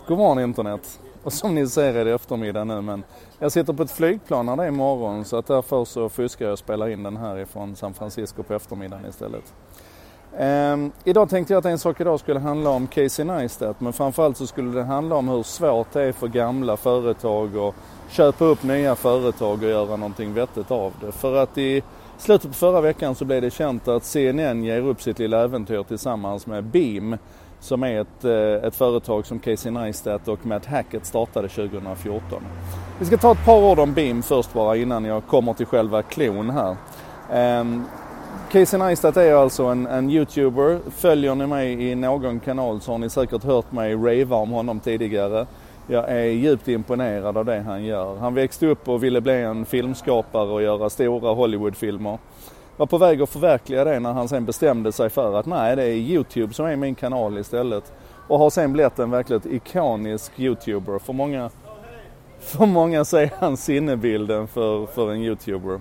God morgon internet. Och som ni ser är det eftermiddag nu, men jag sitter på ett flygplan när det är imorgon, så att därför så fuskar jag och spelar in den här ifrån San Francisco på eftermiddagen istället. Idag tänkte jag att en sak idag skulle handla om Casey Neistat, men framförallt så skulle det handla om hur svårt det är för gamla företag att köpa upp nya företag och göra någonting vettigt av det. För att i slutet på förra veckan så blev det känt att CNN ger upp sitt lilla äventyr tillsammans med Beam, som är ett företag som Casey Neistat och Matt Hackett startade 2014. Vi ska ta ett par ord om Beam först bara innan jag kommer till själva klon här. Casey Neistat är alltså en YouTuber. Följer ni mig i någon kanal så har ni säkert hört mig rava om honom tidigare. Jag är djupt imponerad av det han gör. Han växte upp och ville bli en filmskapare och göra stora Hollywoodfilmer. Var på väg att förverkliga det när han sen bestämde sig för att nej, det är YouTube som är min kanal istället. Och har sen blivit en verkligt ikonisk YouTuber. För många så är han sinnebilden för en YouTuber.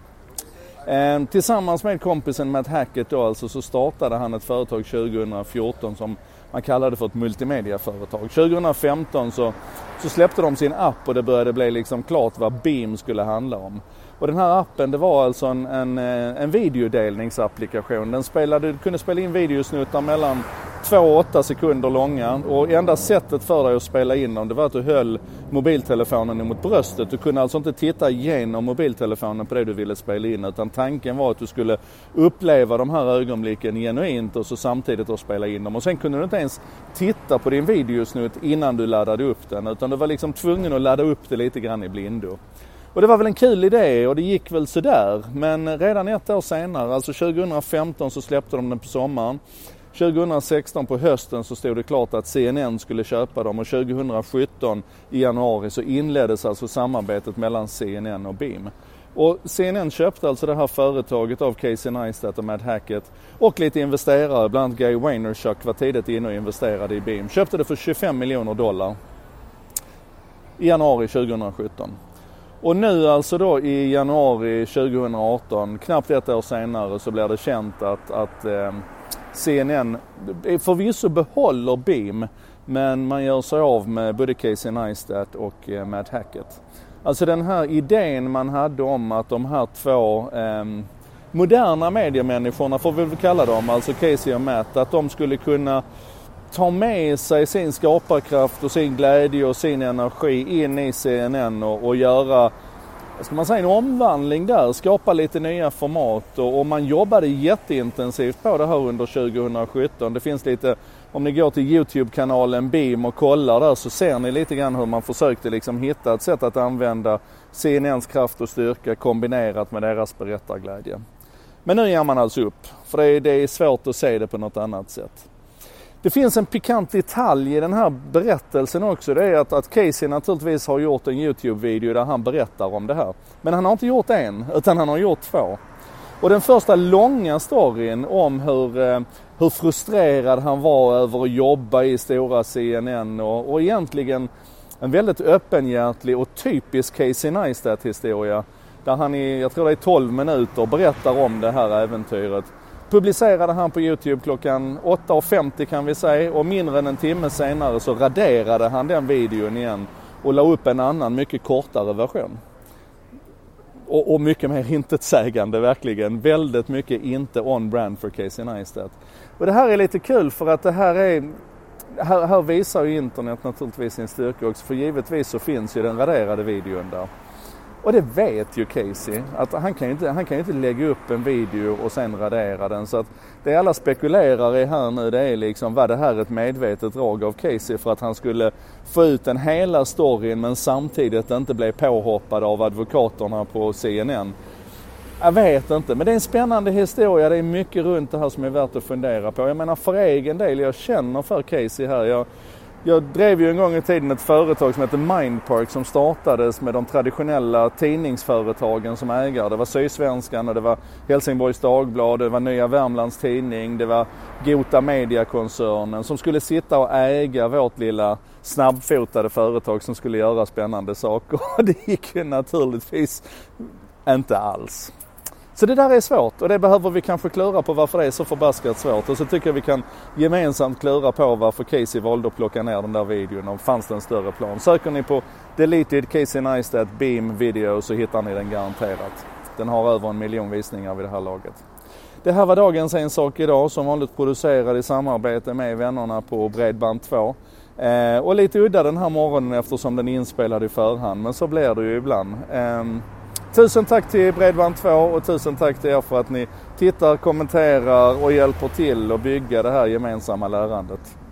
Tillsammans med kompisen Matt Hackett då alltså, så startade han ett företag 2014 som man kallade för ett multimediaföretag. 2015 så släppte de sin app och det började bli liksom klart vad Beam skulle handla om. Och den här appen, det var alltså en videodelningsapplikation. Den kunde spela in videosnuttar mellan 2 och 8 sekunder långa. Och enda sättet för dig att spela in dem, det var att du höll mobiltelefonen mot bröstet. Du kunde alltså inte titta igenom mobiltelefonen på det du ville spela in, utan tanken var att du skulle uppleva de här ögonblicken genuint och så samtidigt att spela in dem. Och sen kunde du inte ens titta på din videosnutt innan du laddade upp den, utan du var liksom tvungen att ladda upp det lite grann i blindo. Och det var väl en kul idé och det gick väl sådär. Men redan ett år senare, alltså 2015 så släppte de den på sommaren. 2016 på hösten så stod det klart att CNN skulle köpa dem och 2017 i januari så inleddes alltså samarbetet mellan CNN och Beam. Och CNN köpte alltså det här företaget av Casey Neistat och Matt Hackett och lite investerare, bland annat Guy Vaynerchuk var tidigt inne och investerade i Beam. Köpte det för $25 miljoner i januari 2017. Och nu alltså då i januari 2018, knappt ett år senare, så blir det känt att CNN förvisso behåller Beam, men man gör sig av med både Casey Neistat och Matt Hackett. Alltså den här idén man hade om att de här två moderna mediemänniskorna, får vi väl kalla dem, alltså Casey och Matt, att de skulle kunna ta med sig sin skaparkraft och sin glädje och sin energi in i CNN och göra, ska man säga, en omvandling där, skapa lite nya format och man jobbade jätteintensivt på det här under 2017. Det finns lite, om ni går till YouTube-kanalen Beam och kollar där så ser ni lite grann hur man försökte liksom hitta ett sätt att använda CNNs kraft och styrka kombinerat med deras berättarglädje. Men nu ger man alltså upp, för det är svårt att se det på något annat sätt. Det finns en pikant detalj i den här berättelsen också. Det är att Casey naturligtvis har gjort en YouTube-video där han berättar om det här. Men han har inte gjort en, utan han har gjort 2. Och den första långa storyn om hur frustrerad han var över att jobba i stora CNN och egentligen en väldigt öppenhjärtlig och typisk Casey Neistat-historia. Där han jag tror det är 12 minuter, berättar om det här äventyret. Publicerade han på YouTube klockan 8:50 kan vi säga, och mindre än en timme senare så raderade han den videon igen och la upp en annan mycket kortare version. Och mycket mer intetsägande verkligen. Väldigt mycket inte on-brand för Casey Neistat. Och det här är lite kul för att det här visar ju internet naturligtvis sin styrka också, för givetvis så finns ju den raderade videon där. Och det vet ju Casey, att han kan ju inte lägga upp en video och sen radera den. Så att det alla spekulerar i här nu, det är liksom, var det här ett medvetet drag av Casey för att han skulle få ut den hela storyn men samtidigt inte bli påhoppad av advokaterna på CNN. Jag vet inte, men det är en spännande historia. Det är mycket runt det här som är värt att fundera på. Jag menar, för egen del, jag känner för Casey här. Jag drev ju en gång i tiden ett företag som heter Mindpark som startades med de traditionella tidningsföretagen som ägare. Det var Sydsvenskan och det var Helsingborgs Dagblad, det var Nya Värmlands Tidning, det var Gota Media-koncernen som skulle sitta och äga vårt lilla snabbfotade företag som skulle göra spännande saker. Och det gick ju naturligtvis inte alls. Så det där är svårt och det behöver vi kanske klura på varför det är så förbaskat svårt. Och så tycker jag vi kan gemensamt klura på varför Casey valde att plocka ner den där videon och fanns det en större plan. Söker ni på Deleted Casey Neistat Beam Video så hittar ni den garanterat. Den har över 1 miljon visningar vid det här laget. Det här var dagens En sak idag, som vanligt producerad i samarbete med vännerna på Bredband2. Och lite udda den här morgonen eftersom den är inspelad i förhand, men så blir det ju ibland. Tusen tack till Bredband2 och tusen tack till er för att ni tittar, kommenterar och hjälper till att bygga det här gemensamma lärandet.